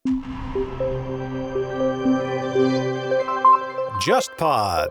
JustPod。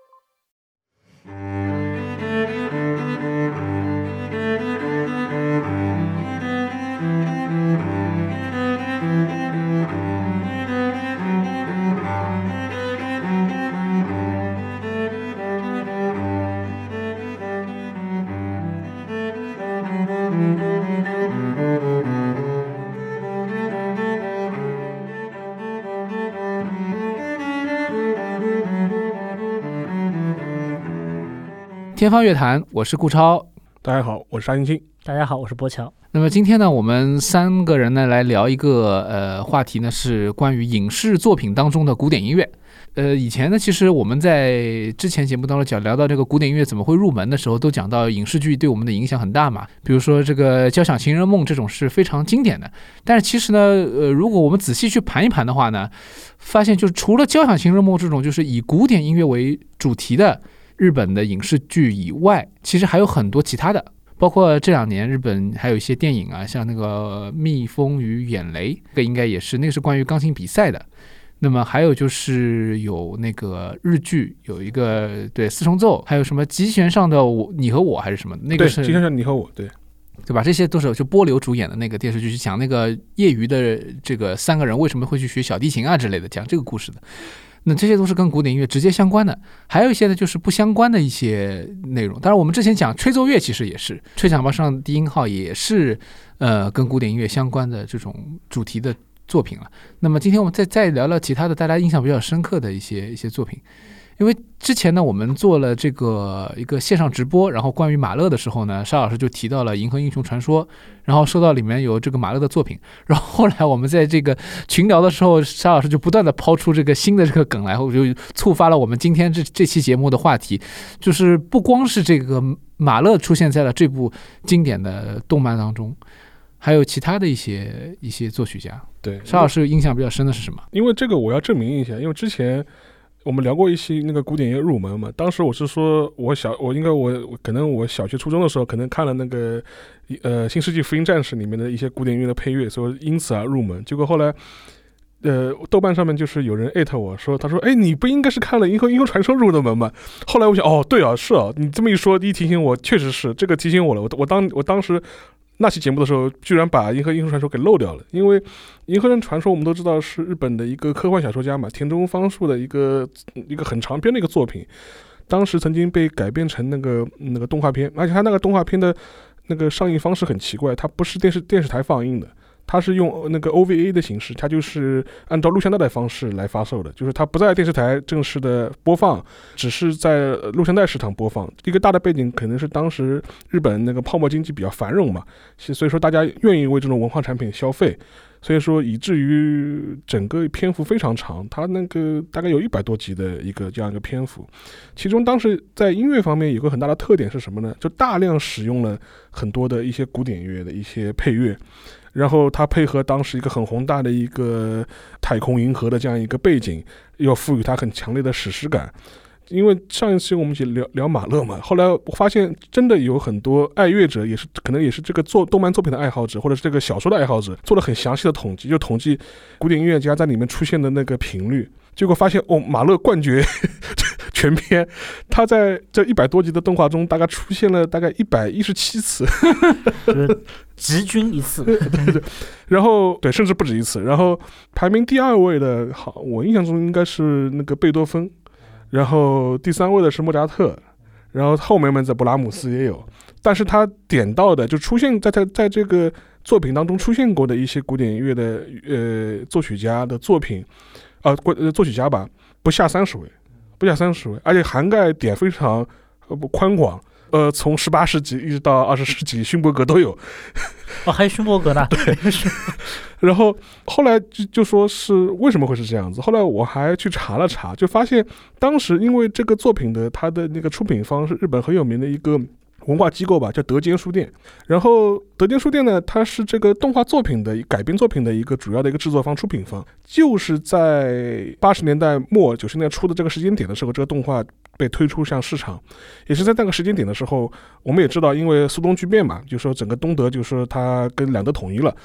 天方乐坛，我是顾超。 大家好，我是沙青青。 大家好，我是波乔。 那么今天呢，我们三个人呢来聊一个话题呢，是关于影视作品当中的古典音乐。以前呢，其实我们在之前节目当中聊到这个古典音乐怎么会入门的时候，都讲到影视剧对我们的影响很大嘛。比如说这个《交响情人梦》这种是非常经典的。但是其实呢，如果我们仔细去盘一盘的话呢，发现就是除了《交响情人梦》这种就是以古典音乐为主题的日本的影视剧以外，其实还有很多其他的，包括这2年日本还有一些电影啊，像那个《蜜蜂与眼雷》，这个应该也是，那个是关于钢琴比赛的。那么还有就是有那个日剧，有一个对四重奏，还有什么极弦上的你和我还是什么，那个是对极弦上你和我，对吧？这些都是就波流主演的那个电视剧，是讲那个业余的这个3个人为什么会去学小提琴啊之类的，讲这个故事的。那这些都是跟古典音乐直接相关的，还有一些呢就是不相关的一些内容。当然我们之前讲吹奏乐其实也是，吹响吧上低音号也是跟古典音乐相关的这种主题的作品了。那么今天我们再聊聊其他的大家印象比较深刻的一些作品。因为之前呢我们做了这个一个线上直播，然后关于马勒的时候呢，沙老师就提到了《银河英雄传说》，然后说到里面有这个马勒的作品，然后后来我们在这个群聊的时候，沙老师就不断的抛出这个新的这个梗来，我就触发了我们今天这期节目的话题，就是不光是这个马勒出现在了这部经典的动漫当中，还有其他的一些作曲家。 对， 沙老师印象比较深的是什么？ 因为这个我要证明一下，因为之前我们聊过一些那个古典音乐入门嘛，当时我是说我可能我小学初中的时候可能看了那个新世纪福音战士里面的一些古典音乐的配乐，所以因此而入门。结果后来豆瓣上面就是有人艾特我说，他说你不应该是看了《银河英雄传说》入的门吗？后来我想对啊，是啊，你这么一说一提醒我，确实是这个提醒我了。我当时那期节目的时候居然把《银河英雄传说》给漏掉了，因为《银河传说》我们都知道是日本的一个科幻小说家嘛，田中芳树的一个很长篇的一个作品，当时曾经被改编成那个动画片，而且它那个动画片的那个上映方式很奇怪，它不是电视台放映的，它是用那个 OVA 的形式，它就是按照录像带的方式来发售的，就是它不在电视台正式的播放，只是在录像带市场播放。一个大的背景可能是当时日本那个泡沫经济比较繁荣嘛，所以说大家愿意为这种文化产品消费，所以说以至于整个篇幅非常长，它那个大概有100多集的这样一个篇幅。其中当时在音乐方面有个很大的特点是什么呢？就大量使用了很多的一些古典乐的一些配乐，然后它配合当时一个很宏大的一个太空银河的这样一个背景，又赋予它很强烈的史诗感。因为上一期我们一起聊马勒嘛，后来我发现真的有很多爱乐者，可能也是这个动漫作品的爱好者，或者是这个小说的爱好者，做了很详细的统计，就统计古典音乐家在里面出现的那个频率，结果发现马勒冠绝全篇，他在这100多集的动画中大概出现了大概117次， 直均一次， 对，然后对，甚至不止一次。然后排名第2位的，我印象中应该是那个贝多芬，然后第3位的是莫扎特，然后后面在勃拉姆斯也有，但是他点到的就出现在这个作品当中出现过的一些古典音乐的作曲家的作品，作曲家吧，不下30位，而且涵盖点非常宽广。从18世纪一直到20世纪，勋伯格都有。 还有勋伯格呢？ 对。然后后来就说是为什么会是这样子？后来我还去查了查，就发现当时因为这个作品的它的那个出品方是日本很有名的一个文化机构吧，叫德间书店。然后德间书店呢，它是这个动画作品的改编作品的一个主要的一个制作方、出品方。就是在80年代末90年代初的这个时间点的时候，这个动画被推出向市场，也是在那个时间点的时候，我们也知道，因为苏东剧变嘛，就说整个东德就说它跟两德统一了。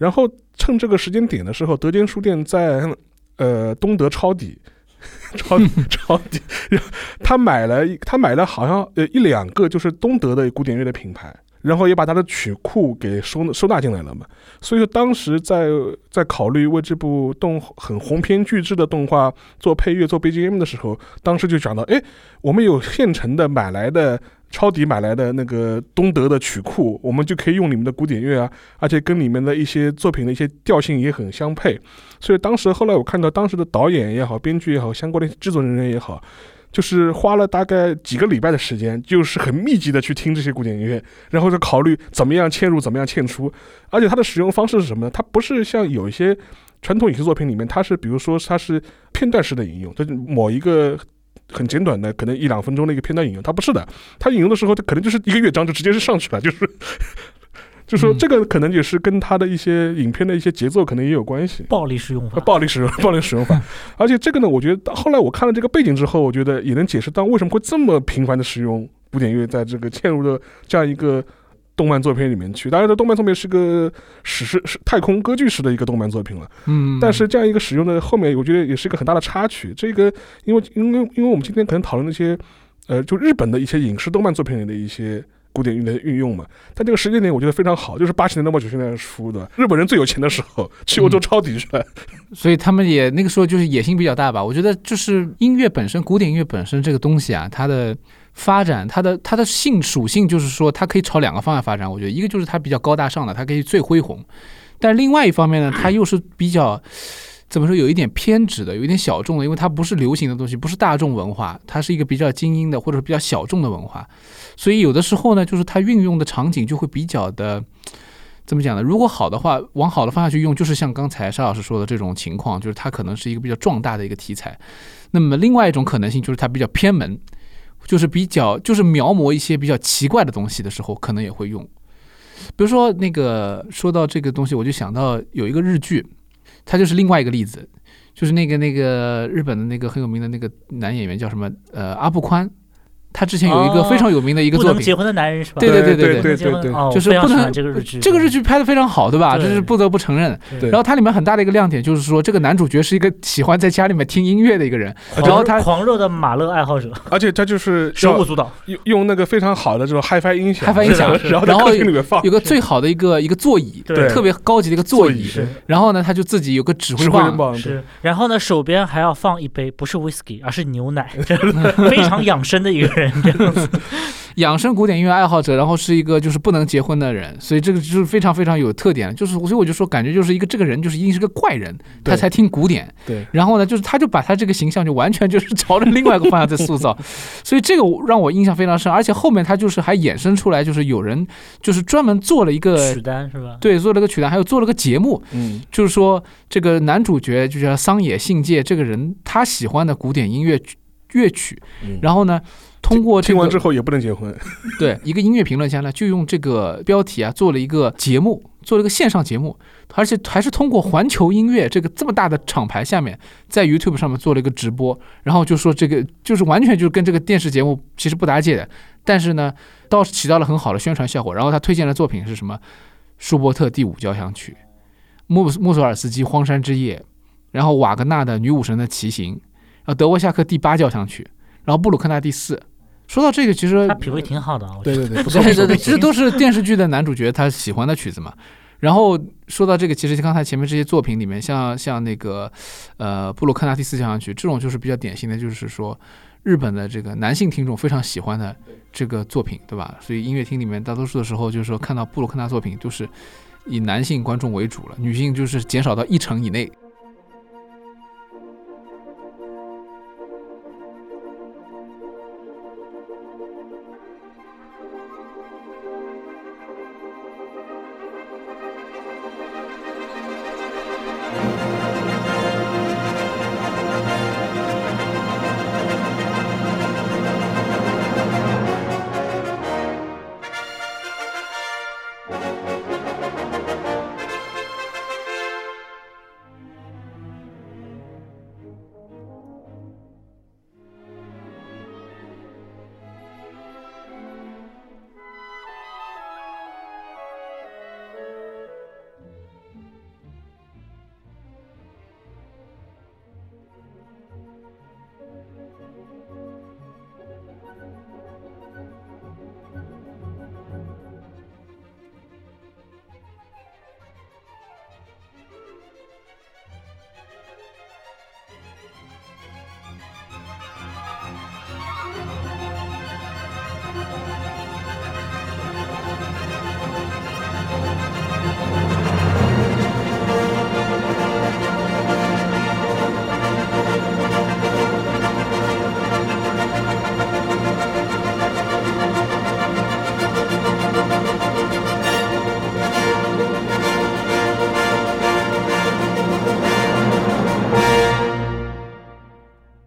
然后趁这个时间点的时候，德间书店在东德抄底。抄底，他买了好像一两个就是东德的古典乐的品牌，然后也把他的曲库给收纳进来了嘛。所以说当时在考虑为这部很鸿篇巨制的动画做配乐做 BGM 的时候，当时就讲到，我们有现成的抄底买来的那个东德的曲库，我们就可以用你们的古典乐啊，而且跟里面的一些作品的一些调性也很相配。所以后来我看到当时的导演也好，编剧也好，相关的制作人员也好，就是花了大概几个礼拜的时间，就是很密集的去听这些古典音乐，然后就考虑怎么样嵌入，怎么样嵌出。而且它的使用方式是什么呢？它不是像有一些传统影视作品里面，它是比如说它是片段式的引用，就是某一个很简短的可能1-2分钟的一个片段引用，它不是的，它引用的时候它可能就是一个乐章就直接是上去了，就说这个可能也是跟它的一些影片的一些节奏可能也有关系。 暴力使用法， 暴力使用法。而且这个呢，我觉得后来我看了这个背景之后，我觉得也能解释到为什么会这么频繁的使用古典乐在这个嵌入的这样一个动漫作品里面去。当然，这动漫作品是个太空歌剧式的一个动漫作品了，但是这样一个使用的后面，我觉得也是一个很大的插曲。这个因为我们今天可能讨论那些就日本的一些影视动漫作品里的一些古典乐的运用嘛，但这个时间点我觉得非常好，就是80年代末90年代初的日本人最有钱的时候，去欧洲抄底去了， 所以他们也那个时候就是野心比较大吧。我觉得就是音乐本身，古典音乐本身这个东西啊，它的发展，它的属性就是说，它可以朝2个方向发展。我觉得一个就是它比较高大上的，它可以最恢宏，但另外一方面呢，它又是比较怎么说，有一点偏执的，有一点小众的，因为它不是流行的东西，不是大众文化，它是一个比较精英的或者比较小众的文化。所以有的时候呢，就是它运用的场景就会比较的怎么讲呢？如果好的话，往好的方向去用，就是像刚才沙老师说的这种情况，就是它可能是一个比较壮大的一个题材。那么另外一种可能性就是它比较偏门，就是描摹一些比较奇怪的东西的时候，可能也会用。比如说那个说到这个东西，我就想到有一个日剧，它就是另外一个例子，就是那个日本的那个很有名的那个男演员叫什么阿部宽。他之前有一个非常有名的一个作品， 不能结婚的男人是吧？ 对， 就是不能这个日剧， 这个日剧拍得非常好，对吧？这是不得不承认。然后它里面很大的一个亮点就是说，这个男主角是一个喜欢在家里面听音乐的一个人，然后他狂热的马勒爱好者， 而且他就是手舞足蹈， 用那个非常好的这种 HiFi 音响， 然后有个最好的一个座椅，特别高级的一个座椅，然后呢，他就自己有个指挥棒， 然后呢，手边还要放一杯不是 whisky 而是牛奶，非常养生的一个人。 养生古典音乐爱好者，然后是一个就是不能结婚的人，所以这个就是非常非常有特点，就是所以我就说感觉就是这个人就是一定是个怪人，他才听古典。 对， 然后呢，就是他就把他这个形象就完全就是朝着另外一个方向在塑造，所以这个让我印象非常深，而且后面他就是还衍生出来，就是有人就是专门做了一个曲单是吧？ 对，做了个曲单，还有做了个节目，就是说这个男主角就叫桑野信介这个人，他喜欢的古典音乐乐曲，然后呢。通过听完之后也不能结婚， 对，一个音乐评论家呢，就用这个标题啊做了一个节目，做了一个线上节目，而且还是通过环球音乐这么大的厂牌下面，在 YouTube 上面做了一个直播，然后就说这个就是完全就是跟这个电视节目其实不搭界的，但是呢，倒是起到了很好的宣传效果。然后他推荐的作品是什么？舒伯特第5交响曲，莫索尔斯基《荒山之夜》，然后瓦格纳的《女武神的骑行》，然后德沃夏克第8交响曲，然后布鲁克纳第4。说到这个，其实他品味挺好的啊。 对， 不错，这都是电视剧的男主角他喜欢的曲子嘛。然后说到这个，其实刚才前面这些作品里面，像那个布鲁克纳第4交响曲，这种就是比较典型的，就是说日本的这个男性听众非常喜欢的这个作品，对吧？所以音乐厅里面大多数的时候，就是说看到布鲁克纳作品，就是以男性观众为主了，女性就是减少到1成以内。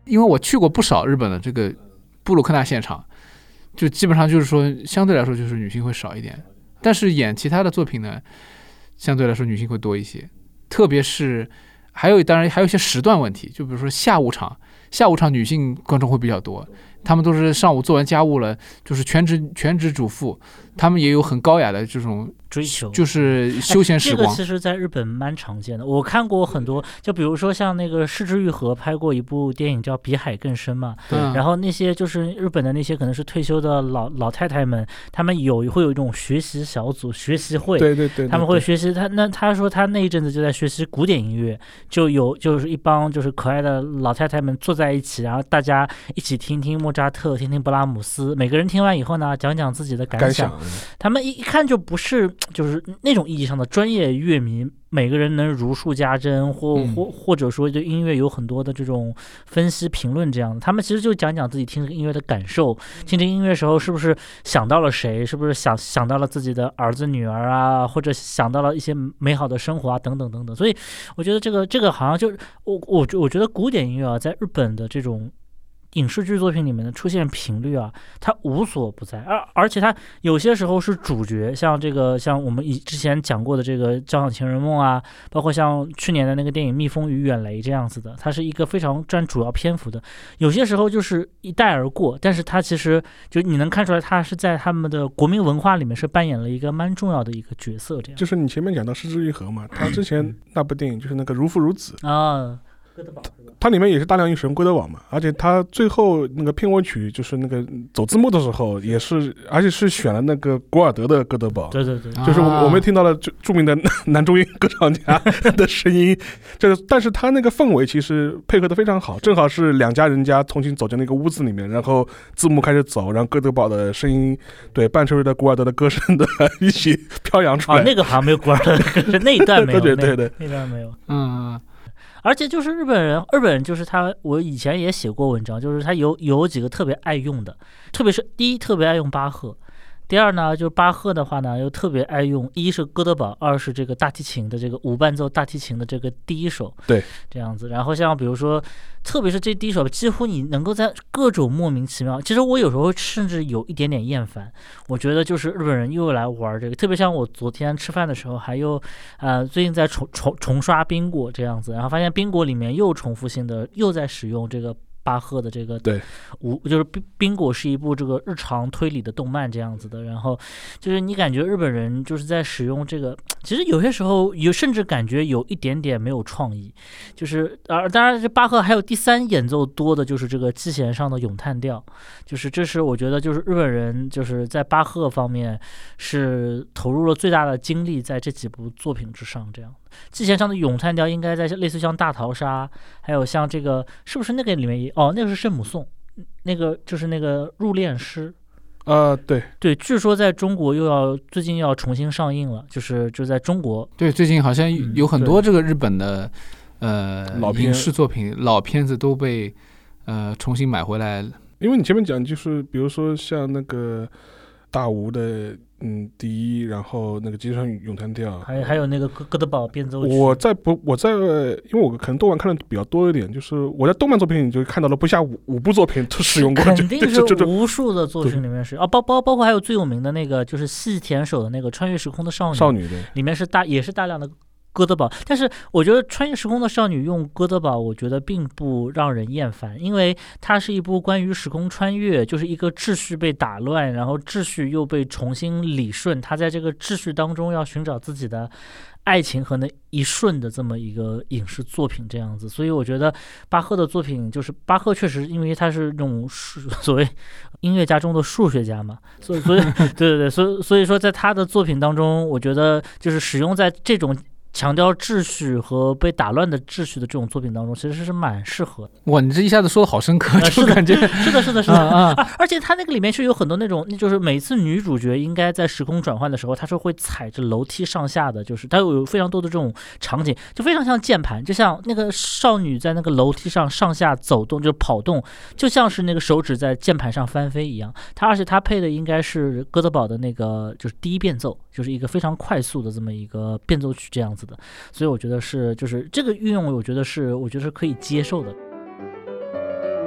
因为我去过不少日本的这个布鲁克纳现场，就基本上就是说相对来说就是女性会少一点，但是演其他的作品呢，相对来说女性会多一些，特别是当然还有一些时段问题，就比如说下午场女性观众会比较多，他们都是上午做完家务了，就是全职主妇，他们也有很高雅的这种追求， 就是休闲时光。 这个其实在日本蛮常见的，我看过很多，就比如说像那个矢志愈和拍过一部电影叫《比海更深》嘛，然后那些就是日本的那些可能是退休的老太太们，他们会有一种学习小组、学习会， 对， 他们会学习他说他那一阵子就在学习古典音乐，就是一帮就是可爱的老太太们坐在一起，然后大家一起听听莫扎特，听听布拉姆斯，每个人听完以后呢，讲讲自己的感想。他们一看就不是就是那种意义上的专业乐迷，每个人能如数家珍，或者说对音乐有很多的这种分析评论这样的。他们其实就讲讲自己听这个音乐的感受，听这个音乐的时候是不是想到了谁，是不是想到了自己的儿子女儿啊，或者想到了一些美好的生活啊，等等等等。所以我觉得这个好像就是我觉得古典音乐啊，在日本的这种影视剧作品里面的出现频率啊，它无所不在，而且它有些时候是主角，像我们之前讲过的这个《交响情人梦》啊，包括像去年的那个电影《蜜蜂与远雷》这样子的，它是一个非常占主要篇幅的。有些时候就是一带而过，但是它其实就你能看出来，它是在他们的国民文化里面是扮演了一个蛮重要的一个角色。这样就是你前面讲到矢志愈和嘛，他之前那部电影就是那个《如父如子》 啊。 它里面也是大量使用哥德堡嘛，而且它最后那个片尾曲就是那个走字幕的时候也是，而且是选了那个古尔德的哥德堡， 对， 就是我们听到了著名的男中音歌唱家的声音，但是他那个氛围其实配合的非常好，正好是两家人家重新走进那个屋子里面，然后字幕开始走，然后哥德堡的声音对伴随着古尔德的歌声的一起飘扬出来。 那个好像没有古尔德的歌声，那一段没有， 对， 那段没有， 而且就是日本人就是他，我以前也写过文章，就是他有几个特别爱用的，特别是第一特别爱用巴赫，第二呢就是巴赫的话呢又特别爱用，一是哥德堡，二是这个大提琴的这个无伴奏大提琴的这个第一首， 对， 这样子。然后像比如说特别是这第一首，几乎你能够在各种莫名其妙，其实我有时候甚至有一点点厌烦，我觉得就是日本人又来玩这个，特别像我昨天吃饭的时候还有最近在重刷冰果这样子，然后发现冰果里面又重复性的又在使用这个巴赫的这个， 对， 就是冰果是一部这个日常推理的动漫这样子的，然后就是你感觉日本人就是在使用这个，其实有些时候甚至感觉有一点点没有创意，就是当然这巴赫还有第三演奏多的就是这个基弦上的咏叹调，就是这是我觉得就是日本人就是在巴赫方面是投入了最大的精力在这几部作品之上，这样。基弦上的咏叹调应该在类似像大逃杀，还有像这个是不是那个里面那个是圣母颂，那个就是那个入殓师，对，据说在中国最近要重新上映了，就在中国， 对，最近好像有很多这个日本的影视作品老片子都被重新买回来了。 因为你前面讲就是比如说像那个大吴的第一，然后那个机上咏叹调， 还有那个哥德堡变奏曲。 我在因为我可能动漫看的比较多一点，就是我在动漫作品里就看到了不下五部作品都使用过， 肯定是无数的作品里面是包括还有最有名的那个就是细田守的那个穿越时空的少女对， 里面也是大量的哥德堡，但是我觉得穿越时空的少女用哥德堡我觉得并不让人厌烦，因为它是一部关于时空穿越，就是一个秩序被打乱，然后秩序又被重新理顺，它在这个秩序当中要寻找自己的爱情和那一瞬的这么一个影视作品这样子。所以我觉得巴赫的作品，就是巴赫确实因为他是那种所谓音乐家中的数学家嘛，所以对，所以说在他的作品当中，我觉得就是使用在这种强调秩序和被打乱的秩序的这种作品当中，其实是蛮适合的。 哇，你这一下子说的好深刻，就感觉是的而且它那个里面是有很多那种，就是每次女主角应该在时空转换的时候，她是会踩着楼梯上下的，就是它有非常多的这种场景，就非常像键盘，就像那个少女在那个楼梯上上下走动，就是跑动，就像是那个手指在键盘上翻飞一样。而且它配的应该是哥德堡的那个就是第一变奏，就是一个非常快速的这么一个变奏曲这样子的，所以我觉得就是这个运用，我觉得是可以接受的。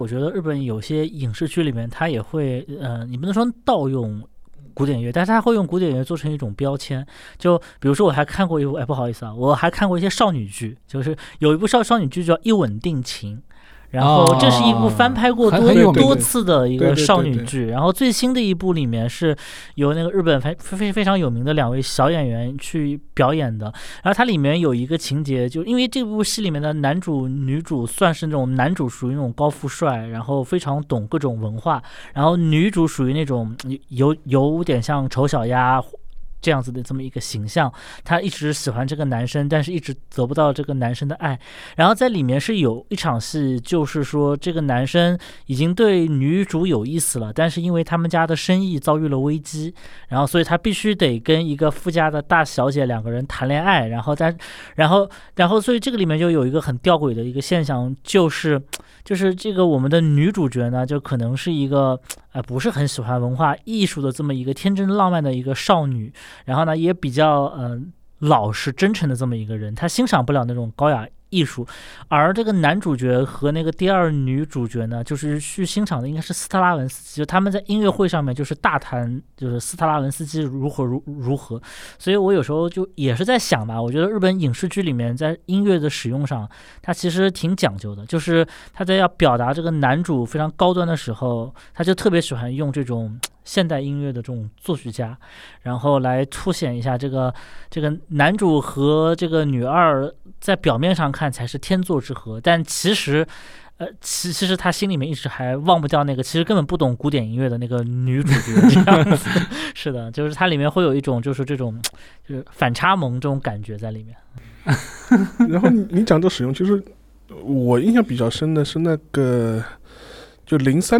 我觉得日本有些影视剧里面，它也会你不能说盗用古典乐，但是他会用古典乐做成一种标签。就比如说我还看过一部，不好意思啊，我还看过一些少女剧，就是有一部少女剧叫《一吻定情》。然后这是一部翻拍过多次的一个少女剧，然后最新的一部里面是由那个日本非常有名的2位小演员去表演的。然后它里面有一个情节，就因为这部戏里面的男主女主算是那种男主属于那种高富帅，然后非常懂各种文化，然后女主属于那种有点像丑小鸭这样子的这么一个形象，他一直喜欢这个男生，但是一直得不到这个男生的爱。然后在里面是有一场戏，就是说这个男生已经对女主有意思了，但是因为他们家的生意遭遇了危机，然后所以他必须得跟一个富家的大小姐2个人谈恋爱，然后所以这个里面就有一个很吊诡的一个现象，就是这个我们的女主角呢，就可能是一个不是很喜欢文化艺术的这么一个天真浪漫的一个少女，然后呢也比较老实真诚的这么一个人，她欣赏不了那种高雅艺术。而这个男主角和那个第2女主角呢，就是去欣赏的应该是斯特拉文斯基，就他们在音乐会上面就是大谈就是斯特拉文斯基如何。所以我有时候就也是在想吧，我觉得日本影视剧里面在音乐的使用上，它其实挺讲究的，就是他在要表达这个男主非常高端的时候，他就特别喜欢用这种现代音乐的这种作曲家，然后来凸显一下这个男主和这个女二在表面上看才是天作之合，但其实他心里面一直还忘不掉那个其实根本不懂古典音乐的那个女主角这样子。是的，就是它里面会有一种就是这种就是反差萌这种感觉在里面。 然后你讲这使用，其实我印象比较深的是那个就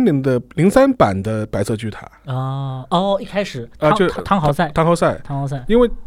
03版的白色巨塔一开始就汤豪赛， 因为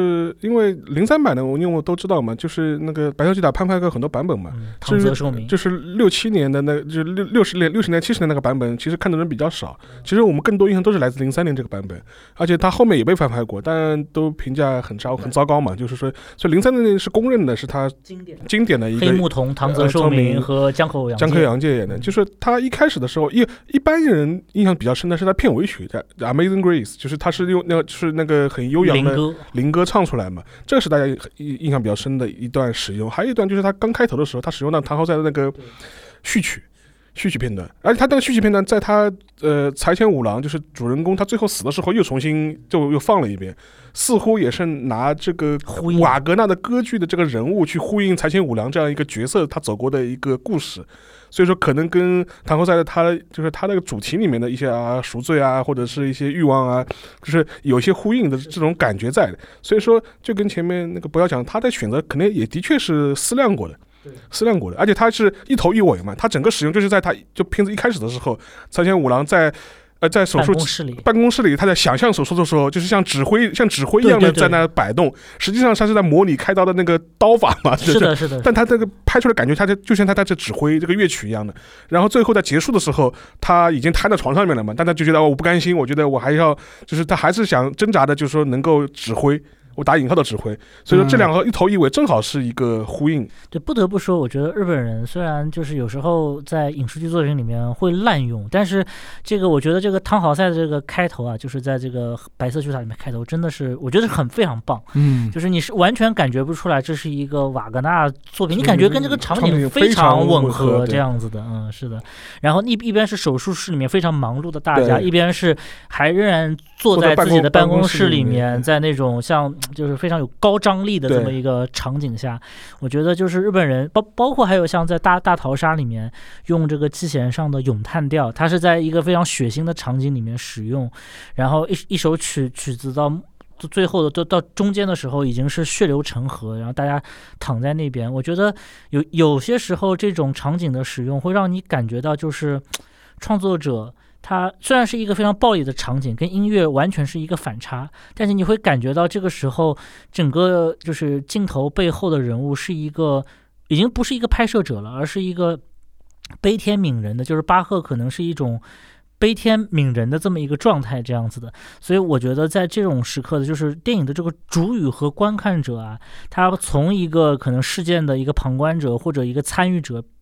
03版的因为我都知道嘛，就是那个白色巨塔翻拍过很多版本嘛， 汤泽寿明就是67年的那就是60年70年那个版本，其实看的人比较少，其实我们更多印象都是来自03年这个版本，而且它后面也被翻拍过，但都评价很糟糕嘛，就是说所以03年是公认的是他经典的一个黑木瞳、汤泽寿明和江口洋介演的，就是他一开始的时候，一般人印象比较深的是他片尾曲的 Amazing Grace， 就是他是用那个很悠扬的灵歌唱出来嘛，这个是大家印象比较深的一段使用。还有一段就是他刚开头的时候，他使用到唐豪赛的那个序曲片段，而且他那个序曲片段在他财前五郎就是主人公他最后死的时候又重新又放了一遍，似乎也是拿这个瓦格纳的歌剧的这个人物去呼应财前五郎这样一个角色他走过的一个故事，所以说可能跟唐侯赛的他那个主题里面的一些赎罪或者是一些欲望就是有一些呼应的这种感觉在的，所以说就跟前面那个不要讲，他的选择可能也的确是思量过的，而且他是一头一尾嘛，他整个使用就是在他就片子一开始的时候，财前五郎在手术办公室里，他在想象手术的时候，就是像指挥一样的在那摆动，实际上他是在模拟开刀的那个刀法嘛。 是的。 但他这个拍出来感觉，他就像他在指挥这个乐曲一样的。然后最后在结束的时候，他已经瘫在床上面了嘛，但他就觉得我不甘心，我觉得我还要，就是他还是想挣扎的，就是说能够指挥。我打引号的指挥，所以说这两个一头一尾正好是一个呼应。 对，不得不说，我觉得日本人虽然就是有时候在影视剧作品里面会滥用，但是这个我觉得这个汤豪赛的这个开头就是在这个白色巨塔里面开头，真的是我觉得非常棒。就是你是完全感觉不出来这是一个瓦格纳作品，你感觉跟这个场景非常吻合这样子的。是的。然后一边是手术室里面非常忙碌的大家，一边是还仍然坐在自己的办公室里面，在那种像就是非常有高张力的这么一个场景下，我觉得就是日本人包括还有像在大逃杀里面用这个机器人上的咏叹调，它是在一个非常血腥的场景里面使用，然后一首曲子到最后的到中间的时候已经是血流成河，然后大家躺在那边，我觉得有些时候这种场景的使用会让你感觉到就是创作者它虽然是一个非常暴力的场景，跟音乐完全是一个反差，但是你会感觉到这个时候整个就是镜头背后的人物是一个已经不是一个拍摄者了，而是一个悲天悯人的，就是巴赫可能是一种悲天悯人的这么一个状态这样子的。所以我觉得在这种时刻的就是电影的这个主语和观看者他从一个可能事件的一个旁观者或者一个参与者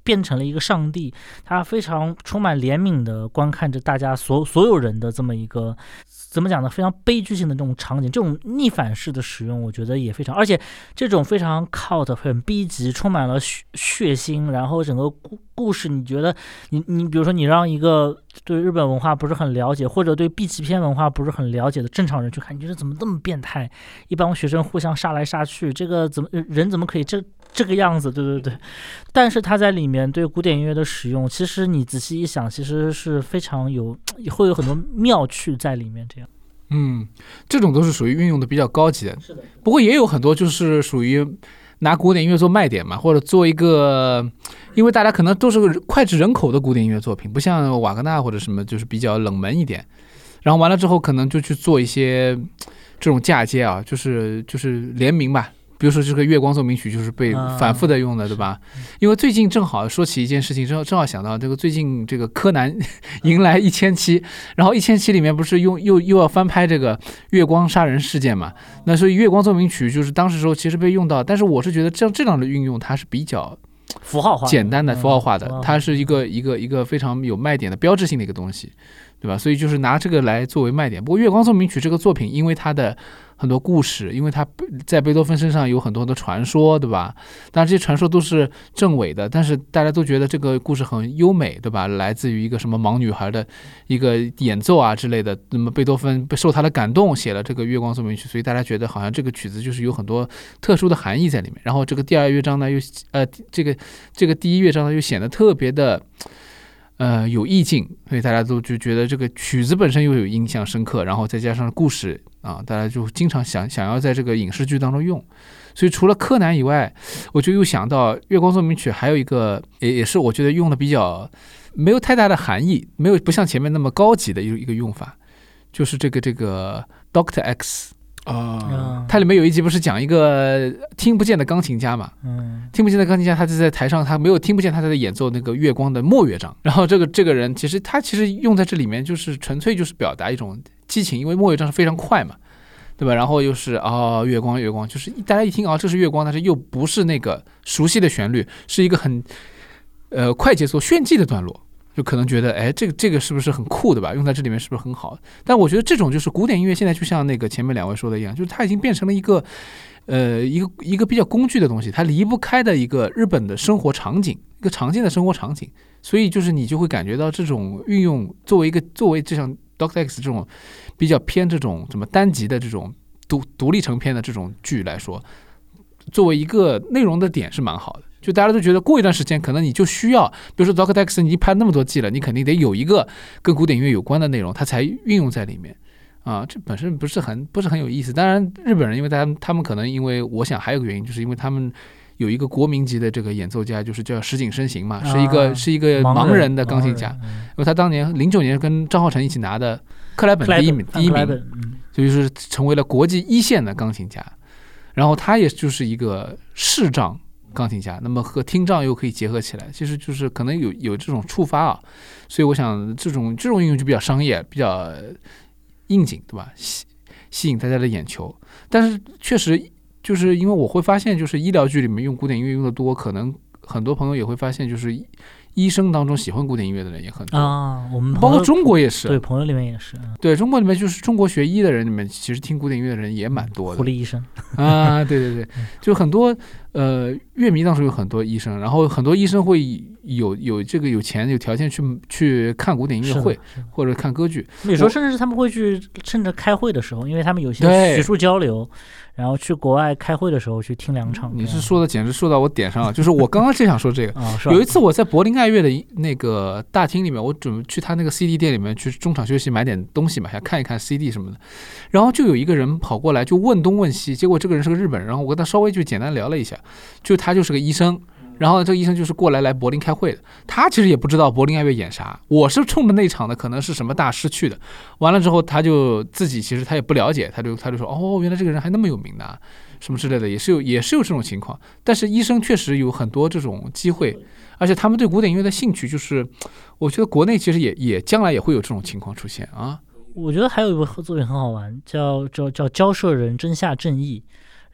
变成了一个上帝，他非常充满怜悯的观看着大家所有人的这么一个怎么讲呢，非常悲剧性的这种场景，这种逆反式的使用，我觉得也非常，而且这种非常 cult 很 B 级，充满了血腥，然后整个故事，你觉得你比如说你让一个对日本文化不是很了解，或者对 B 级片文化不是很了解的正常人去看，你觉得怎么这么变态？一帮学生互相杀来杀去，这个人怎么可以这个样子？对。但是他在里面对古典音乐的使用，其实你仔细一想，其实是非常会有很多妙趣在里面。这样， 这种都是属于运用的比较高级的。 是的。 不过也有很多就是属于拿古典音乐做卖点嘛，或者做一个，因为大家可能都是脍炙人口的古典音乐作品，不像瓦格纳或者什么就是比较冷门一点。然后完了之后，可能就去做一些这种嫁接啊，就是联名吧。比如说这个《月光奏鸣曲》就是被反复的用的，对吧？因为最近正好说起一件事情，正好想到这个最近这个柯南迎来1000期，然后1000期里面不是又要翻拍这个月光杀人事件嘛？那所以《月光奏鸣曲》就是当时时候其实被用到，但是我是觉得这样的运用它是比较符号化、 简单的符号化的，它是一个非常有卖点的标志性的一个东西，对吧？所以就是拿这个来作为卖点。不过《月光奏鸣曲》这个作品，因为它的很多故事，因为他在贝多芬身上有很多的传说，对吧？当然这些传说都是正伪的，但是大家都觉得这个故事很优美，对吧？来自于一个什么盲女孩的一个演奏啊之类的，那么贝多芬受他的感动写了这个月光奏鸣曲，所以大家觉得好像这个曲子就是有很多特殊的含义在里面。然后这个第二乐章呢，又这个第一乐章呢又显得特别的有意境，所以大家都就觉得这个曲子本身又有印象深刻，然后再加上故事啊，大家就经常想要在这个影视剧当中用。所以除了柯南以外，我就又想到《月光奏鸣曲》还有一个也是我觉得用的比较没有太大的含义，不像前面那么高级的一个用法，就是这个 Dr. X。它里面有一集不是讲一个听不见的钢琴家嘛？听不见的钢琴家，他就在台上，他没有听不见他在演奏那个月光的末乐章。然后这个人其实用在这里面就是纯粹就是表达一种激情，因为末乐章是非常快嘛，对吧？然后又是月光，就是大家一听这是月光，但是又不是那个熟悉的旋律，是一个很快节奏炫技的段落。就可能觉得，这个是不是很酷的吧？用在这里面是不是很好？但我觉得这种就是古典音乐，现在就像那个前面两位说的一样，就是它已经变成了一个比较工具的东西，它离不开的一个日本的生活场景，一个常见的生活场景。所以就是你就会感觉到这种运用，作为这像 Dr. X 这种比较偏这种什么单集的这种独立成片的这种剧来说，作为一个内容的点是蛮好的。就大家都觉得过一段时间可能你就需要，比如说 Dr. X 你已经拍那么多季了，你肯定得有一个跟古典音乐有关的内容，它才运用在里面啊。这本身不是很有意思。当然日本人因为他们可能因为我想还有个原因，就是因为他们有一个国民级的这个演奏家，就是叫石井深行嘛，是一个盲人的钢琴家，因为他当年09年跟张浩成一起拿的克莱本第一名，所以就是成为了国际一线的钢琴家。然后他也就是一个视障钢琴家，那么和听障又可以结合起来，其实就是可能有这种触发啊，所以我想这种运用就比较商业，比较应景，对吧？吸引大家的眼球。但是确实就是因为我会发现，就是医疗剧里面用古典音乐用的多，可能很多朋友也会发现，就是医生当中喜欢古典音乐的人也很多啊。我们包括中国也是， 对，朋友里面也是， 对，中国里面就是中国学医的人里面，其实听古典音乐的人也蛮多的。 狐狸医生啊，对，就很多乐迷当中有很多医生，然后很多医生会有这个有钱有条件去看古典音乐会或者看歌剧， 有时候甚至是他们会去趁着开会的时候，因为他们有些学术交流，然后去国外开会的时候去听2场。 你是说的简直说到我点上了，就是我刚刚就想说这个有一次我在柏林爱乐的那个大厅里面，我准备去他那个 CD 店里面去中场休息买点东西嘛，想看一看 CD 什么的，然后就有一个人跑过来就问东问西，结果这个人是个日本人，然后我跟他稍微就简单聊了一下，他就是个医生，然后这个医生就是过来柏林开会的，他其实也不知道柏林爱乐演啥，我是冲着那场的可能是什么大师去的，完了之后他就自己其实他也不了解，他就说原来这个人还那么有名的什么之类的，也是有这种情况。但是医生确实有很多这种机会，而且他们对古典音乐的兴趣，就是我觉得国内其实也将来也会有这种情况出现啊。 我觉得还有一部作品很好玩，叫交涉人真下正义。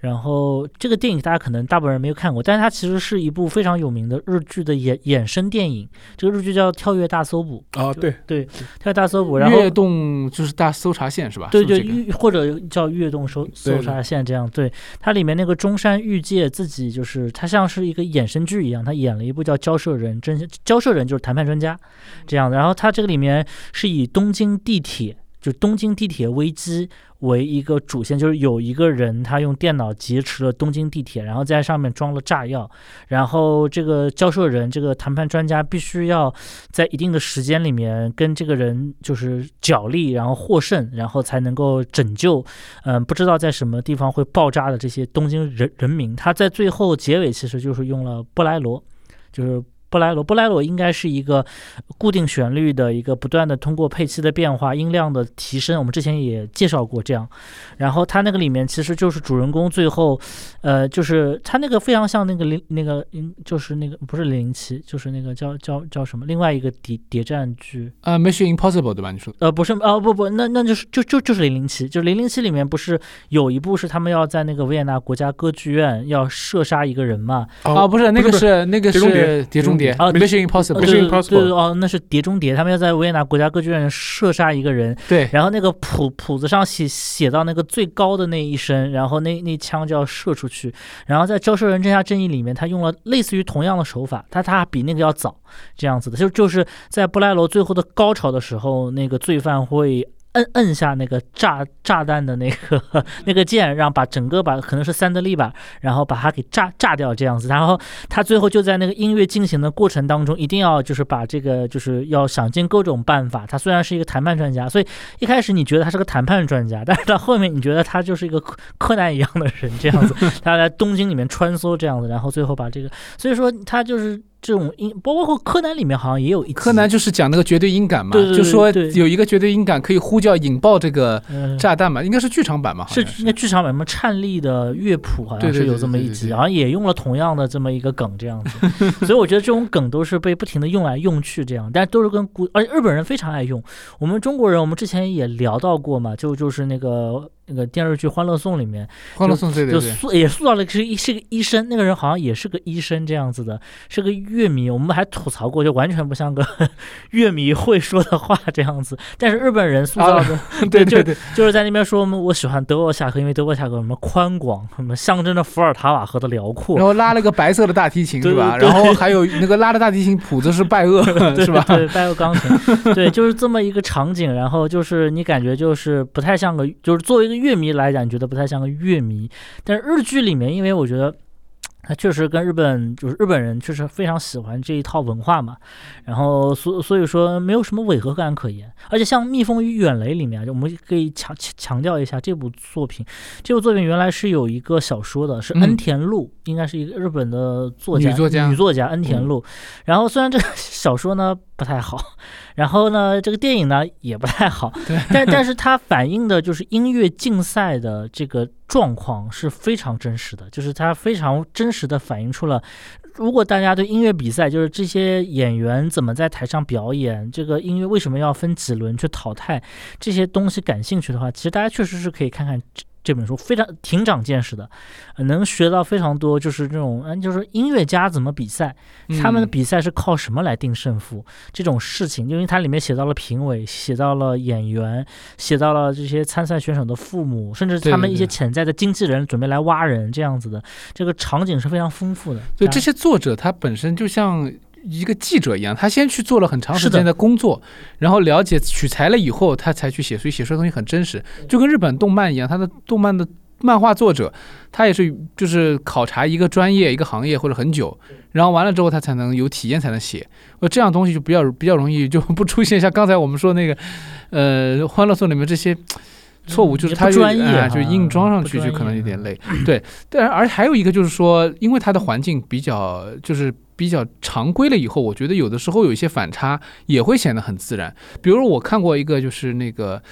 然后这个电影大家可能大部分人没有看过，但是它其实是一部非常有名的日剧的衍生电影。这个日剧叫《跳跃大搜捕》 啊，对对，跳跃大搜捕，然后跃动就是大搜查线是吧？ 对对， 是不是这个或者叫跃动搜查线这样。对，它里面那个中山裕介自己就是他像是一个衍生剧一样，他演了一部叫《交涉人》，交涉人就是谈判专家这样的。然后他这个里面是以东京地铁危机为一个主线，就是有一个人他用电脑劫持了东京地铁，然后在上面装了炸药，然后这个交涉人这个谈判专家必须要在一定的时间里面跟这个人就是角力，然后获胜，然后才能够拯救不知道在什么地方会爆炸的这些东京人民。他在最后结尾其实就是用了波莱罗，就是波莱罗应该是一个固定旋律的一个不断的通过配器的变化、音量的提升，我们之前也介绍过这样。然后他那个里面其实就是主人公最后，就是他那个非常像那个就是那个不是007，就是那个叫什么另外一个谍战剧 Mission Impossible 对吧？你说不是不，那就是007，就是007里面不是有一部是他们要在那个维也纳国家歌剧院要射杀一个人嘛？ 不是那个是碟中谍。Mission Impossible， 对哦，那是碟中谍，他们要在维也纳国家歌剧院射杀一个人， 对， 然后那个谱子上写到那个最高的那一声，然后那枪就要射出去，然后在交涉人真下正义里面，他用了类似于同样的手法，他比那个要早这样子的，就是在布莱罗最后的高潮的时候，那个罪犯会摁下那个炸弹的那个键，让把整个可能是三德利吧，然后把它给炸掉这样子。然后他最后就在那个音乐进行的过程当中，一定要就是把这个就是要想尽各种办法。他虽然是一个谈判专家，所以一开始你觉得他是个谈判专家，但是到后面你觉得他就是一个柯南一样的人这样子，他在东京里面穿梭这样子，然后最后把这个，所以说他就是这种包括柯南里面好像也有一集， 柯南就是讲那个绝对音感嘛， 对就说有一个绝对音感可以呼叫引爆这个炸弹嘛，应该是剧场版嘛， 是应该剧场版什么颤栗的乐谱好像是有这么一集，好像也用了同样的这么一个梗这样子，所以我觉得这种梗都是被不停的用来用去这样，但都是而且日本人非常爱用，我们中国人我们之前也聊到过嘛，就是那个电视剧《欢乐颂》里面， 欢乐颂对也塑造了是个医生，那个人好像也是个医生这样子的，是个乐迷，我们还吐槽过，就完全不像个乐迷会说的话这样子。但是日本人塑造的， 对， 就是在那边说我喜欢德沃夏克，因为德沃夏克什么宽广，什么象征着伏尔塔瓦河的辽阔， 然后拉了个白色的大提琴是吧？然后还有那个拉的大提琴谱子是拜厄是吧？ 对，拜厄钢琴，对，就是这么一个场景，然后就是你感觉就是不太像个，就是作为一个乐迷来讲，你觉得不太像个乐迷，但是日剧里面，因为我觉得他确实跟日本人确实非常喜欢这一套文化嘛，然后所以说没有什么违和感可言，而且像《蜜蜂与远雷》里面，我们可以强调一下这部作品原来是有一个小说的，是恩田陆，应该是一个日本的女作家恩田陆，然后虽然这个小说呢不太好，然后呢这个电影呢也不太好，但是它反映的就是音乐竞赛的这个状况是非常真实的，就是它非常真实的反映出了，如果大家对音乐比赛，就是这些演员怎么在台上表演，这个音乐为什么要分几轮去淘汰，这些东西感兴趣的话，其实大家确实是可以看看这本书，挺长见识的，能学到非常多，就是这种就是音乐家怎么比赛，他们的比赛是靠什么来定胜负，这种事情，因为它里面写到了评委，写到了演员，写到了这些参赛选手的父母，甚至他们一些潜在的经纪人准备来挖人这样子的，这个场景是非常丰富的。 对，这些作者他本身就像一个记者一样，他先去做了很长时间的工作，然后了解取材了以后他才去写，所以写出的东西很真实，就跟日本动漫一样，他的动漫的漫画作者他也是就是考察一个专业一个行业或者很久，然后完了之后他才能有体验才能写，这样东西就比较容易就不出现像刚才我们说那个欢乐颂里面这些错误，就是他就硬装上去就可能有点累。对，但而还有一个就是说，因为它的环境比较常规了以后，我觉得有的时候有一些反差也会显得很自然。比如我看过一个就是那个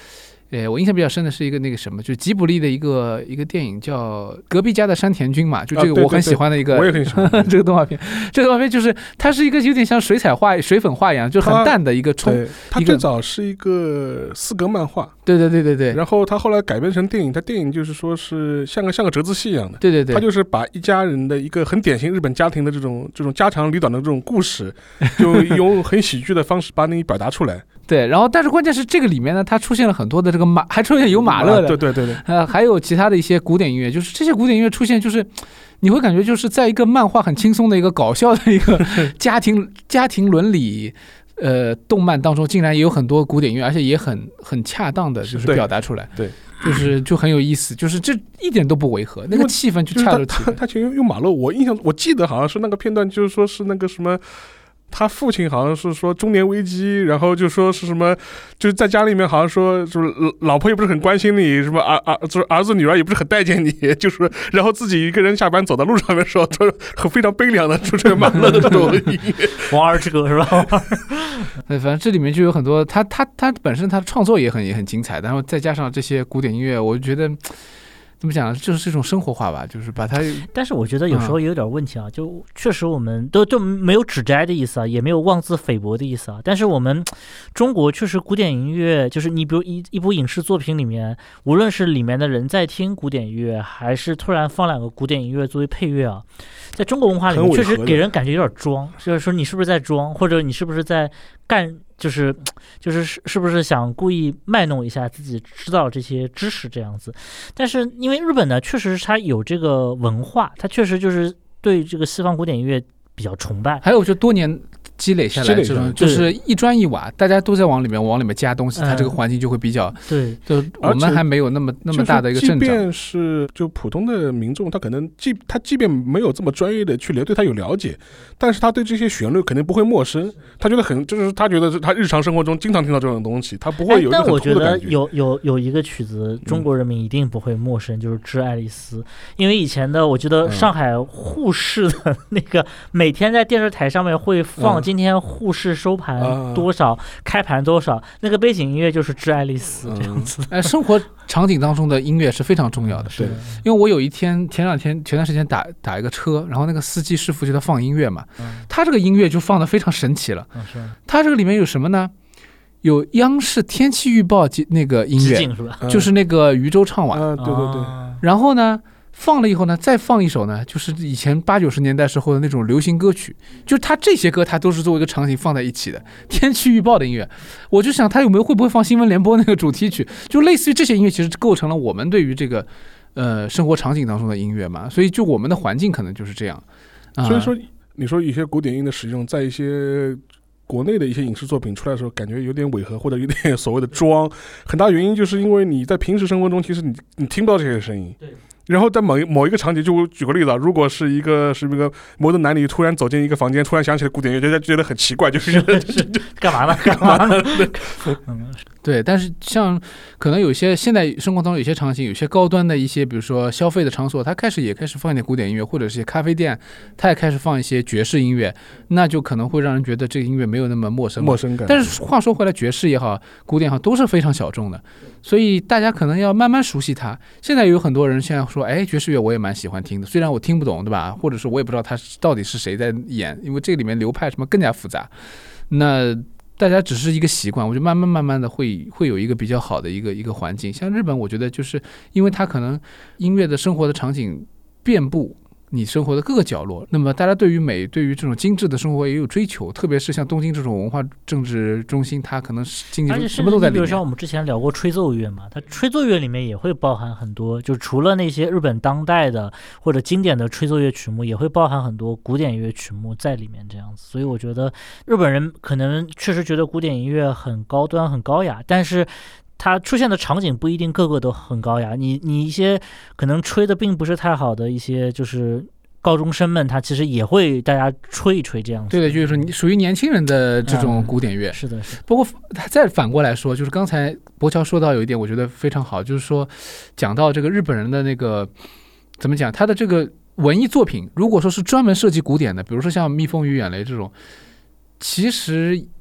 我印象比较深的是一个那个什么，就是吉卜力的一个电影叫《隔壁家的山田君》嘛，就这个我很喜欢的一个， 我也很喜欢这个动画片。这个动画片就是它是一个有点像水粉画一样，就很淡的一个冲。 它最早是一个4格漫画， 对。 然后它后来改编成电影，它电影就是说是像个折子戏一样的。 对。 它就是把一家人的一个很典型日本家庭的这种家长里短的这种故事，就用很喜剧的方式把你表达出来。 对，然后但是关键是这个里面呢，它出现了很多的这个还出现有马勒的， 对， 还有其他的一些古典音乐，就是这些古典音乐出现，就是你会感觉就是在一个漫画很轻松的一个搞笑的一个家庭伦理动漫当中，竟然也有很多古典音乐，而且也很恰当的就是表达出来， 对， 就很有意思，就是这一点都不违和，那个气氛就恰到其分。 他其实用马勒，我记得好像是那个片段，就是说是那个什么。他父亲好像是说中年危机，然后就说是什么，就是在家里面好像说就是老婆也不是很关心你，什么就是儿子女儿也不是很待见你，就是然后自己一个人下班走到路上面的时候，很非常悲凉的出这马勒的这种音乐， 王儿之歌是吧？ 对，反正这里面就有很多他本身他的创作也很精彩，然后再加上这些古典音乐，我就觉得。怎么讲，就是这种生活化吧，就是把它。 但是我觉得有时候也有点问题啊，就确实我们都没有指摘的意思啊，也没有妄自菲薄的意思啊。但是我们中国确实古典音乐，就是你比如一部影视作品里面，无论是里面的人在听古典音乐，还是突然放2个古典音乐作为配乐啊，在中国文化里面确实给人感觉有点装，就是说你是不是在装，或者你是不是在干。就是是不是想故意卖弄一下自己知道这些知识这样子？但是因为日本呢，确实是它有这个文化，它确实就是对这个西方古典音乐比较崇拜。 还有就多年积累下来这种，就是一砖一瓦，大家都在往里面加东西，它这个环境就会比较对。 就我们还没有那么大的一个阵仗。 即便是就普通的民众，他可能即便没有这么专业的去对他有了解，但是他对这些旋律肯定不会陌生。他觉得就是他觉得他日常生活中经常听到这种东西，他不会有一个很突的感觉。 但我觉得有一个曲子，中国人民一定不会陌生，就是《致爱丽丝》，因为以前的我觉得上海沪市的那个每天在电视台上面会放今天沪市收盘多少，开盘多少，那个背景音乐就是《致爱丽丝》这样子。 生活场景当中的音乐是非常重要的。 对， 因为我有一天前段时间打一个车，然后那个司机师傅就在放音乐嘛，他这个音乐就放得非常神奇了。他这个里面有什么呢？有央视天气预报那个音乐， 是吧？ 就是那个渔舟唱晚。 对。 然后呢？放了以后呢，再放一首呢，就是以前80、90年代时候的那种流行歌曲，就是它这些歌它都是作为一个场景放在一起的。天气预报的音乐，我就想它会不会放新闻联播那个主题曲，就类似于这些音乐，其实构成了我们对于这个生活场景当中的音乐嘛。所以就我们的环境可能就是这样。 所以说，你说一些古典音的使用，在一些国内的一些影视作品出来的时候，感觉有点违和，或者有点所谓的装。很大原因就是因为你在平时生活中，其实你听不到这些声音。对。然后在某一个场景，就举个例子啊，如果是一个摩登男女突然走进一个房间，突然响起了古典乐，就觉得很奇怪，就是干嘛呢？ 对，但是像可能有些现在生活当中有些场景，有些高端的一些，比如说消费的场所，它也开始放一点古典音乐，或者是一些咖啡店，它也开始放一些爵士音乐，那就可能会让人觉得这个音乐没有那么陌生感。 但是话说回来，爵士也好，古典也好，都是非常小众的，所以大家可能要慢慢熟悉它。现在有很多人现在说，爵士乐我也蛮喜欢听的，虽然我听不懂，对吧？或者是我也不知道它到底是谁在演，因为这里面流派什么更加复杂。那大家只是一个习惯，我觉得慢慢的会有一个比较好的一个环境。像日本，我觉得就是因为它可能音乐的生活的场景遍布你生活的各个角落，那么大家对于美，对于这种精致的生活也有追求，特别是像东京这种文化政治中心，它可能经济什么都在里面。 比如说我们之前聊过吹奏乐嘛，它吹奏乐里面也会包含很多，就除了那些日本当代的或者经典的吹奏乐曲目，也会包含很多古典乐曲目在里面这样子。所以我觉得日本人可能确实觉得古典音乐很高端很高雅，但是它出现的场景不一定个个都很高雅，你一些可能吹的并不是太好的一些就是高中生们，他其实也会大家吹一吹这样子。 对的，就是你属于年轻人的这种古典乐。 是的。 不过再反过来说，就是刚才博乔说到有一点我觉得非常好，就是说讲到这个日本人的那个怎么讲，他的这个文艺作品如果说是专门设计古典的，比如说像蜜蜂与远雷这种，其实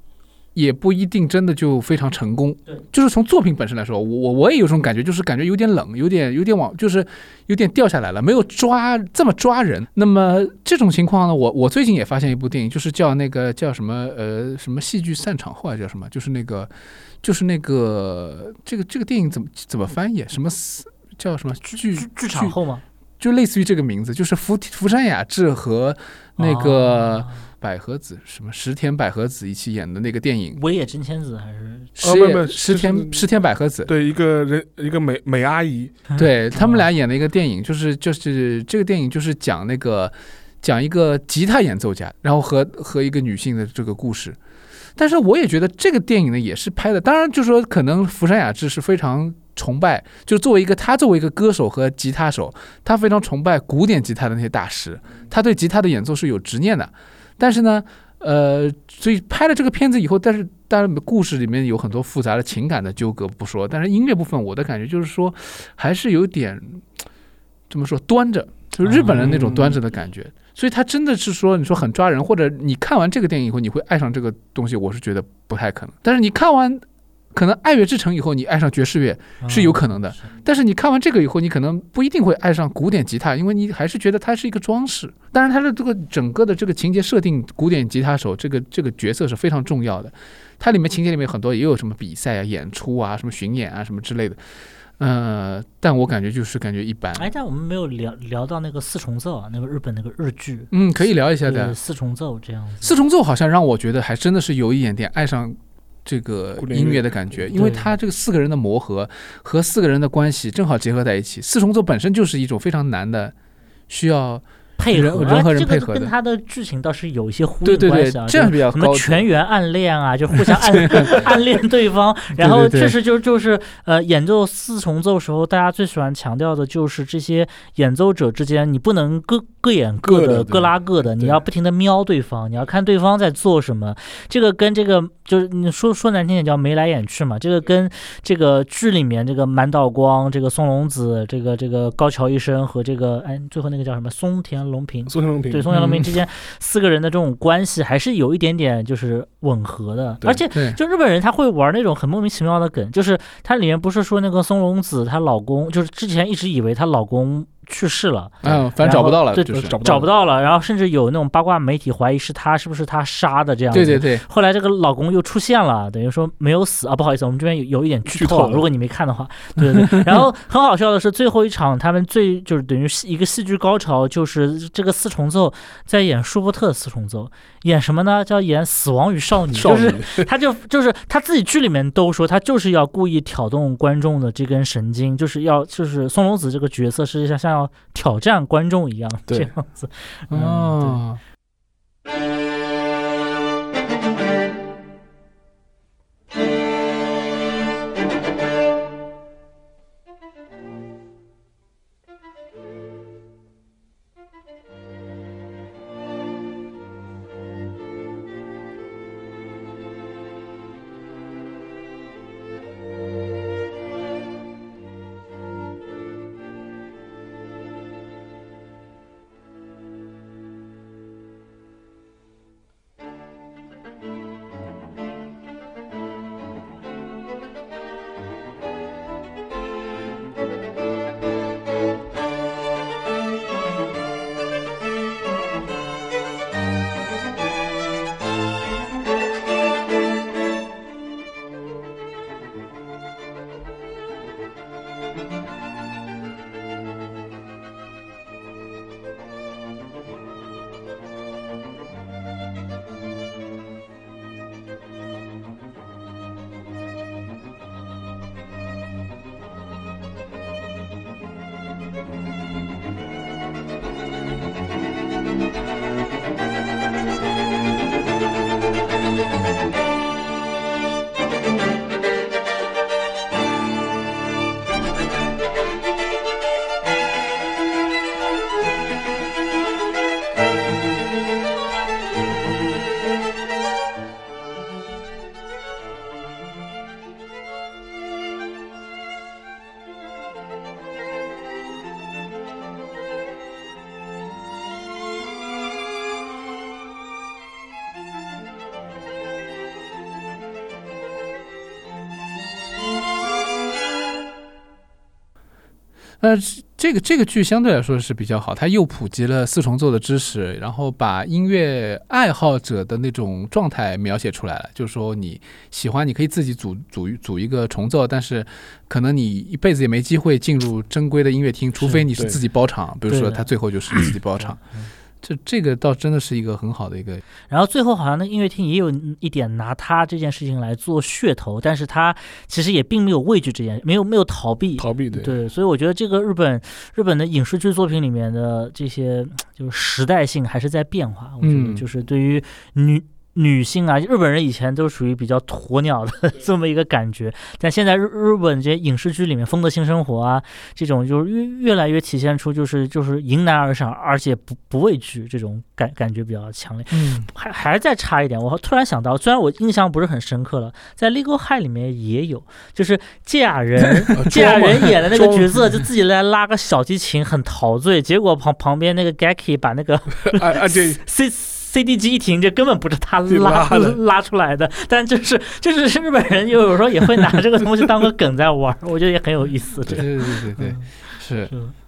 也不一定真的就非常成功对。 就是从作品本身来说，我也有种感觉，就是感觉有点冷，有点往，就是有点掉下来了，没有这么抓人。那么这种情况呢，我最近也发现一部电影，就是叫那个叫什么什么戏剧散场后还叫什么，就是那个这个电影怎么翻译？什么叫什么剧场后吗？ 就类似于这个名字，就是福山雅治和那个百合子什么石田百合子一起演的那个电影。 尾野真千子还是石田百合子， 对，一个美阿姨， 对他们俩演的一个电影，就是这个电影就是讲一个吉他演奏家，然后和一个女性的这个故事。但是我也觉得这个电影呢也是拍的，当然就是说可能福山雅治是非常崇拜，就作为一个歌手和吉他手，他非常崇拜古典吉他的那些大师，他对吉他的演奏是有执念的。但是呢，所以拍了这个片子以后，但是当然故事里面有很多复杂的情感的纠葛不说，但是音乐部分我的感觉就是说还是有点怎么说端着，就是日本人那种端着的感觉。所以他真的是说你说很抓人，或者你看完这个电影以后你会爱上这个东西，我是觉得不太可能。但是你看完可能《爱乐之城》以后，你爱上爵士乐是有可能的，但是你看完这个以后，你可能不一定会爱上古典吉他，因为你还是觉得它是一个装饰。当然，它的这个整个的这个情节设定，古典吉他手这个角色是非常重要的。它里面情节里面很多也有什么比赛啊、演出啊、什么巡演啊什么之类的。但我感觉一般。 但我们没有聊到那个四重奏啊，那个日本那个日剧。 可以聊一下的。 四重奏这样子。 四重奏好像让我觉得还真的是有一点点爱上这个音乐的感觉，因为他这个4个人的磨合和4个人的关系正好结合在一起。四重奏本身就是一种非常难的，需要配合人和人配合的， 这个跟他的剧情倒是有一些呼应关系啊。 这样比较高。 什么全员暗恋啊，就互相暗恋对方。然后确实就是演奏四重奏时候，大家最喜欢强调的就是这些演奏者之间，你不能各演各的，各拉各的，你要不停的瞄对方，你要看对方在做什么。这个跟这个就是你说难听点叫眉来眼去嘛。这个跟这个剧里面这个满岛光、这个松隆子、这个高桥一生和这个最后那个叫什么松田龙平，对，松田龙平之间4个人的这种关系还是有一点点就是吻合的。而且就日本人他会玩那种很莫名其妙的梗，就是它里面不是说那个松隆子她老公，就是之前一直以为她老公去世了， 反正找不到了， 对， 就是找不到了。然后甚至有那种八卦媒体怀疑是不是他杀的这样子。 对。 后来这个老公又出现了，等于说没有死啊，不好意思，我们这边有一点剧透，如果你没看的话，对。然后很好笑的是，最后一场他们就是等于一个戏剧高潮，就是这个四重奏在演舒伯特四重奏，演什么呢？叫演死亡与少女，就是他就是他自己剧里面都说他就是要故意挑动观众的这根神经，就是松隆子这个角色是像要挑战观众一样这样子。 这个剧相对来说是比较好，它又普及了四重奏的知识，然后把音乐爱好者的那种状态描写出来了。就是说你喜欢，你可以自己组一个重奏，但是可能你一辈子也没机会进入正规的音乐厅，除非你是自己包场。比如说他最后就是自己包场。这个倒真的是一个很好的一个， 然后最后好像那音乐厅也有一点拿他这件事情来做噱头，但是他其实也并没有畏惧这件，没有逃避，对，所以我觉得这个日本的影视剧作品里面的这些就是时代性还是在变化，我觉得就是对于女性啊，日本人以前都属于比较鸵鸟的这么一个感觉，但现在日本这些影视剧里面，《风的新生活》啊，这种就是越来越体现出就是迎难而上，而且不畏惧这种感觉比较强烈。还再差一点，我突然想到，虽然我印象不是很深刻了，在《Legal High》里面也有，就是芥雅人演的那个角色，就自己来拉个小提琴，很陶醉，结果旁边那个 Gaki 把那个CD 机一停，这根本不是他拉出来的，但就是日本人有时候也会拿这个东西当个梗在玩，我觉得也很有意思。 对，是，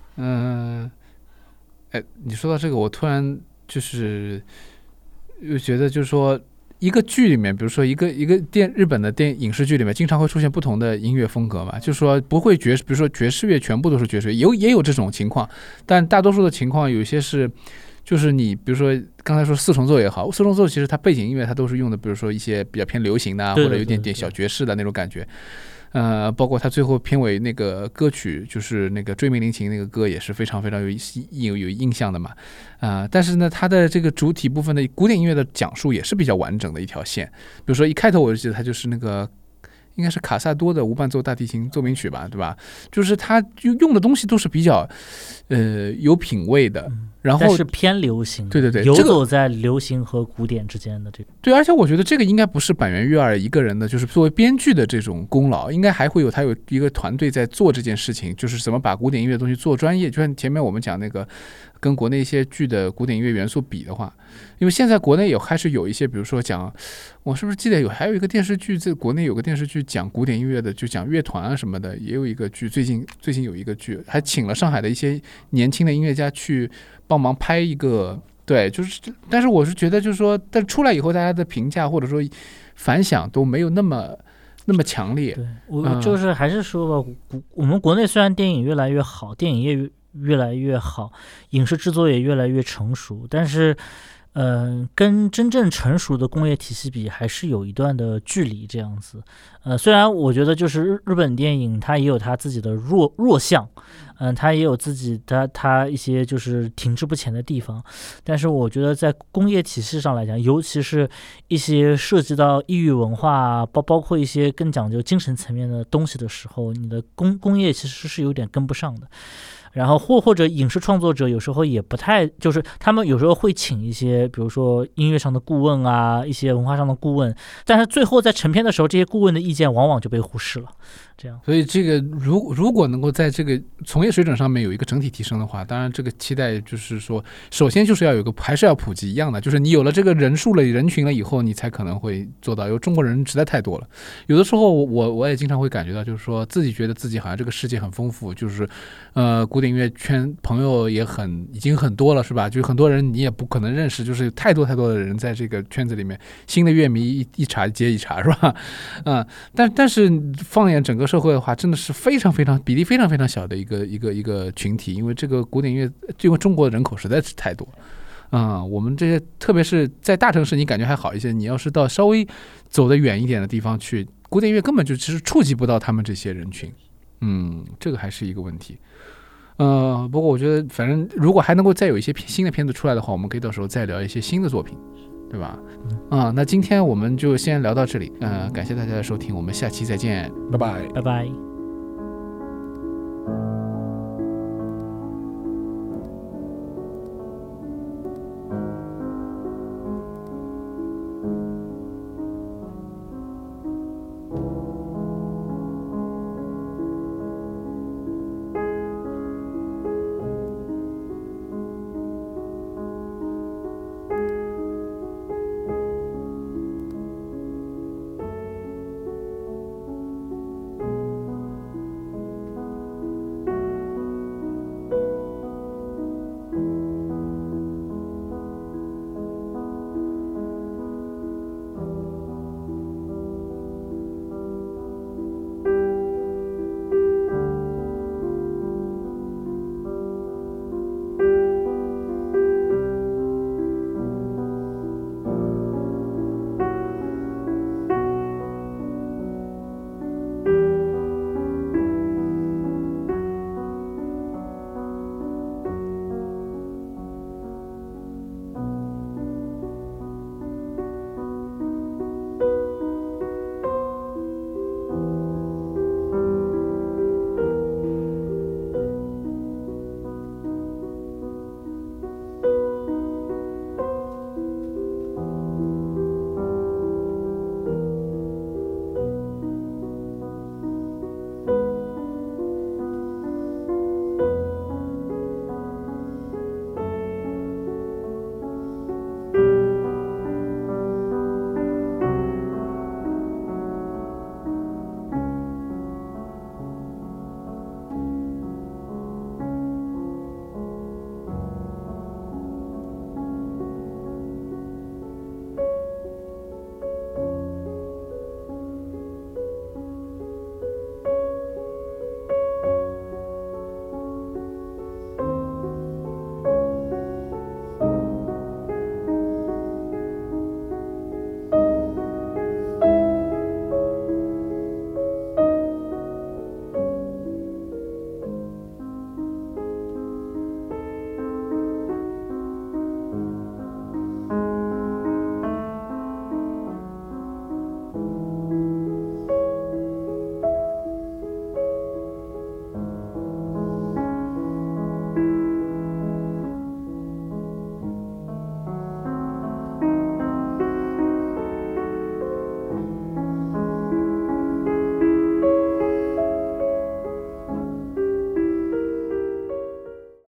你说到这个，我突然就是又觉得，就是说一个剧里面，比如说一个日本的影视剧里面，经常会出现不同的音乐风格嘛，就是说不会比如说爵士乐全部都是爵士乐，也有这种情况，但大多数的情况有些是。就是你比如说刚才说四重奏也好，四重奏其实它背景音乐它都是用的，比如说一些比较偏流行的或者有点小爵士的那种感觉，包括它最后片尾那个歌曲，就是那个追名铃琴那个歌也是非常非常有印象的嘛，但是呢，它的这个主体部分的古典音乐的讲述也是比较完整的一条线，比如说一开头我就记得它就是那个。应该是卡萨多的无伴奏大提琴奏鸣曲吧，对吧？就是他用的东西都是比较，有品位的，然后是偏流行， 对， 游走在流行和古典之间的这个。 对，而且我觉得这个应该不是坂元裕二一个人的，就是作为编剧的这种功劳，应该还会有他有一个团队在做这件事情，就是怎么把古典音乐的东西做专业。就像前面我们讲那个。跟国内一些剧的古典音乐元素比的话，因为现在国内还是有一些，比如说讲，我是不是记得还有一个电视剧，在国内有个电视剧讲古典音乐的，就讲乐团啊什么的，也有一个剧，最近有一个剧，还请了上海的一些年轻的音乐家去帮忙拍一个，对，就是，但是我是觉得就是说，但出来以后大家的评价或者说反响都没有那么强烈。 对，我就是还是说吧，我们国内虽然电影越来越好，电影业越来越好，影视制作也越来越成熟，但是跟真正成熟的工业体系比还是有一段的距离这样子。虽然我觉得就是日本电影它也有它自己的弱项，它也有自己的它一些就是停滞不前的地方，但是我觉得在工业体系上来讲，尤其是一些涉及到异域文化包括一些更讲究精神层面的东西的时候，你的工业其实是有点跟不上的。然后或者影视创作者有时候也不太，就是他们有时候会请一些比如说音乐上的顾问啊，一些文化上的顾问，但是最后在成片的时候，这些顾问的意见往往就被忽视了，这样。 所以这个如果能够在这个从业水准上面有一个整体提升的话，当然这个期待就是说，首先就是要有个还是要普及一样的，就是你有了这个人数了人群了以后，你才可能会做到。因为中国人实在太多了，有的时候我也经常会感觉到，就是说自己觉得自己好像这个世界很丰富，就是古典音乐圈朋友也已经很多了，是吧？就是很多人你也不可能认识，就是太多的人在这个圈子里面，新的乐迷一茬接一茬，是吧？但是放眼整个社会的话，真的是非常非常比例非常非常小的一个群体，因为这个古典音乐，因为中国人口实在是太多。我们这些特别是在大城市，你感觉还好一些，你要是到稍微走得远一点的地方去，古典音乐根本就其实触及不到他们这些人群。这个还是一个问题。不过我觉得反正如果还能够再有一些新的片子出来的话，我们可以到时候再聊一些新的作品，对吧？那今天我们就先聊到这里，感谢大家的收听，我们下期再见， 拜拜， 拜拜。